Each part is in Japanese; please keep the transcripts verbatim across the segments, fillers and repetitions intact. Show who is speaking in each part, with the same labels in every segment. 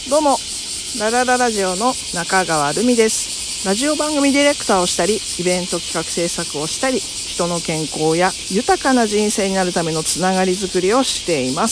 Speaker 1: どうもララララジオの中川るみです。ラジオ番組ディレクターをしたり、イベント企画制作をしたり、人の健康や豊かな人生になるためのつながりづくりをしています。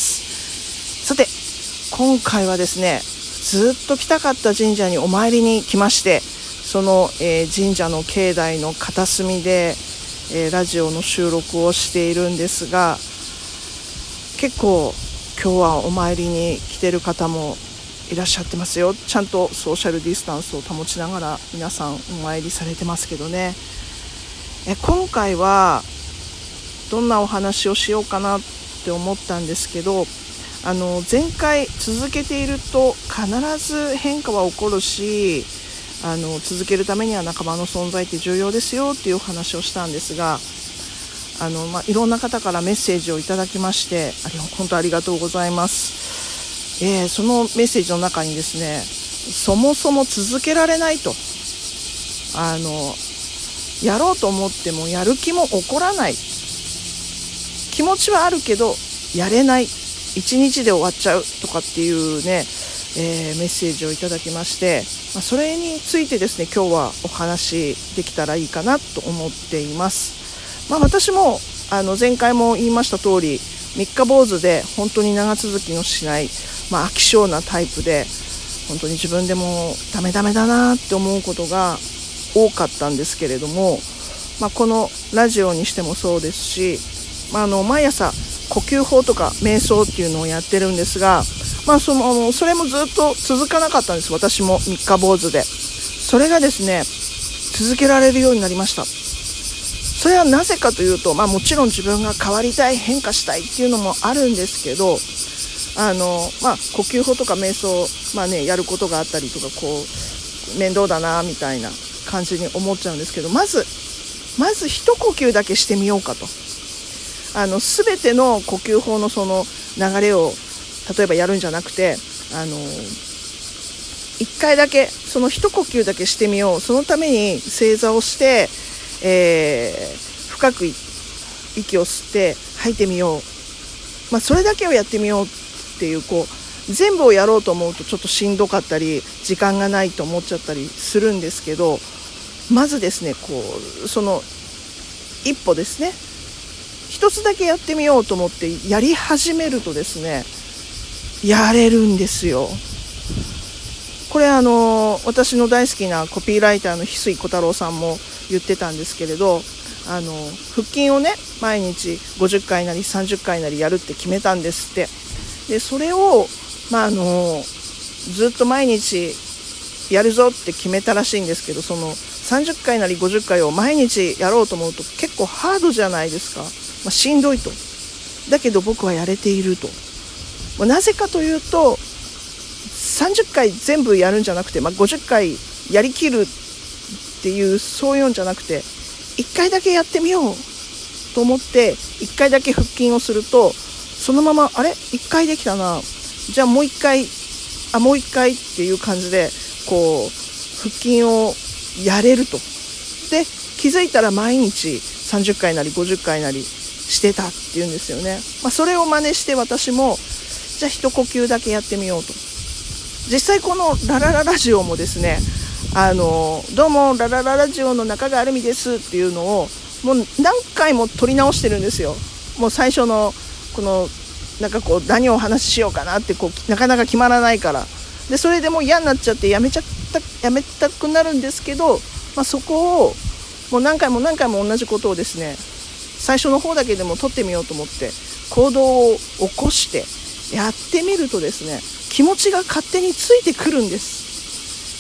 Speaker 1: さて、今回はですね、ずっと来たかった神社にお参りに来まして、その、えー、神社の境内の片隅で、えー、ラジオの収録をしているんですが、結構今日はお参りに来てる方もいらっしゃってますよ。ちゃんとソーシャルディスタンスを保ちながら皆さんお参りされてますけどね。え今回はどんなお話をしようかなって思ったんですけど、あの前回続けていると必ず変化は起こるし、あの続けるためには仲間の存在って重要ですよっていうお話をしたんですが、あの、まあ、いろんな方からメッセージをいただきまして、あれ本当ありがとうございます。えー、そのメッセージの中にですね、そもそも続けられないと、あのやろうと思ってもやる気も起こらない、気持ちはあるけどやれない、一日で終わっちゃうとかっていうね、えー、メッセージをいただきまして、まあ、それについてですね、今日はお話できたらいいかなと思っています。まあ、私もあの前回も言いました通り、三日坊主で本当に長続きのしない、まあ、飽き性なタイプで、本当に自分でもダメダメだなって思うことが多かったんですけれども、まあ、このラジオにしてもそうですし、まあ、あの毎朝呼吸法とか瞑想っていうのをやってるんですが、まあ、そのそれもずっと続かなかったんです。私も三日坊主で、それがですね続けられるようになりました。それはなぜかというと、まあ、もちろん自分が変わりたい、変化したいっていうのもあるんですけど、あの、まあ、呼吸法とか瞑想、まあね、やることがあったりとか、こう面倒だなみたいな感じに思っちゃうんですけど、まずまず一呼吸だけしてみようかと。あの全ての呼吸法のその流れを例えばやるんじゃなくて、あの一回だけその一呼吸だけしてみよう。そのために正座をして、えー、深く息を吸って吐いてみよう、まあ、それだけをやってみようっていう、こう全部をやろうと思うとちょっとしんどかったり時間がないと思っちゃったりするんですけど、まずですね、こうその一歩ですね、一つだけやってみようと思ってやり始めるとですね、やれるんですよ。これあの私の大好きなコピーライターの翡翠小太郎さんも言ってたんですけれど、あの腹筋をね毎日ごじゅっかいなりさんじゅっかいなりやるって決めたんですって。でそれを、まあ、あのずっと毎日やるぞって決めたらしいんですけど、そのさんじゅっかいなりごじゅっかいを毎日やろうと思うと結構ハードじゃないですか、まあ、しんどいと。だけど僕はやれていると。なぜかというと、さんじゅっかい全部やるんじゃなくて、まあ、ごじゅっかいやりきるっていう、そういうんじゃなくて、いっかいだけやってみようと思っていっかいだけ腹筋をすると、そのままあれいっかいできたな、じゃあもういっかい、あもういっかいっていう感じでこう腹筋をやれると。で気づいたら毎日さんじゅっかいなりごじゅっかいなりしてたっていうんですよね。まあ、それを真似して私もじゃあ一呼吸だけやってみようと。実際このララララジオもですね、あのどうもララララジオの中川るみですっていうのをもう何回も撮り直してるんですよ。もう最初のこのなんかこう何をお話ししようかなってこうなかなか決まらないから、でそれでもう嫌になっちゃってやめちゃったやめたくなるんですけど、まあ、そこをもう何回も何回も同じことをですね、最初の方だけでも撮ってみようと思って行動を起こしてやってみるとですね、気持ちが勝手についてくるんです。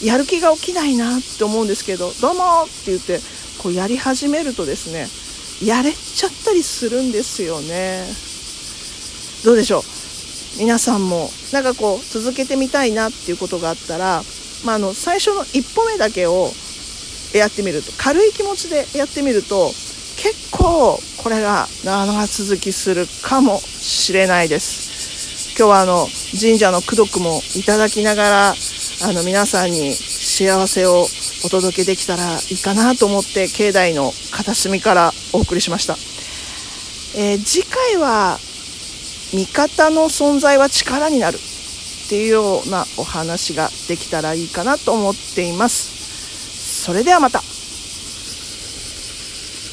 Speaker 1: やる気が起きないなって思うんですけど、どうもって言ってこうやり始めるとですね、やれちゃったりするんですよね。どうでしょう、皆さんもなんかこう続けてみたいなっていうことがあったら、まあ、あの最初の一歩目だけをやってみると、軽い気持ちでやってみると結構これが長続きするかもしれないです。今日はあの神社の功徳もいただきながら、あの皆さんに幸せをお届けできたらいいかなと思って境内の片隅からお送りしました。えー、次回は味方の存在は力になるっっていうようなお話ができたらいいかなと思っています。それではまた。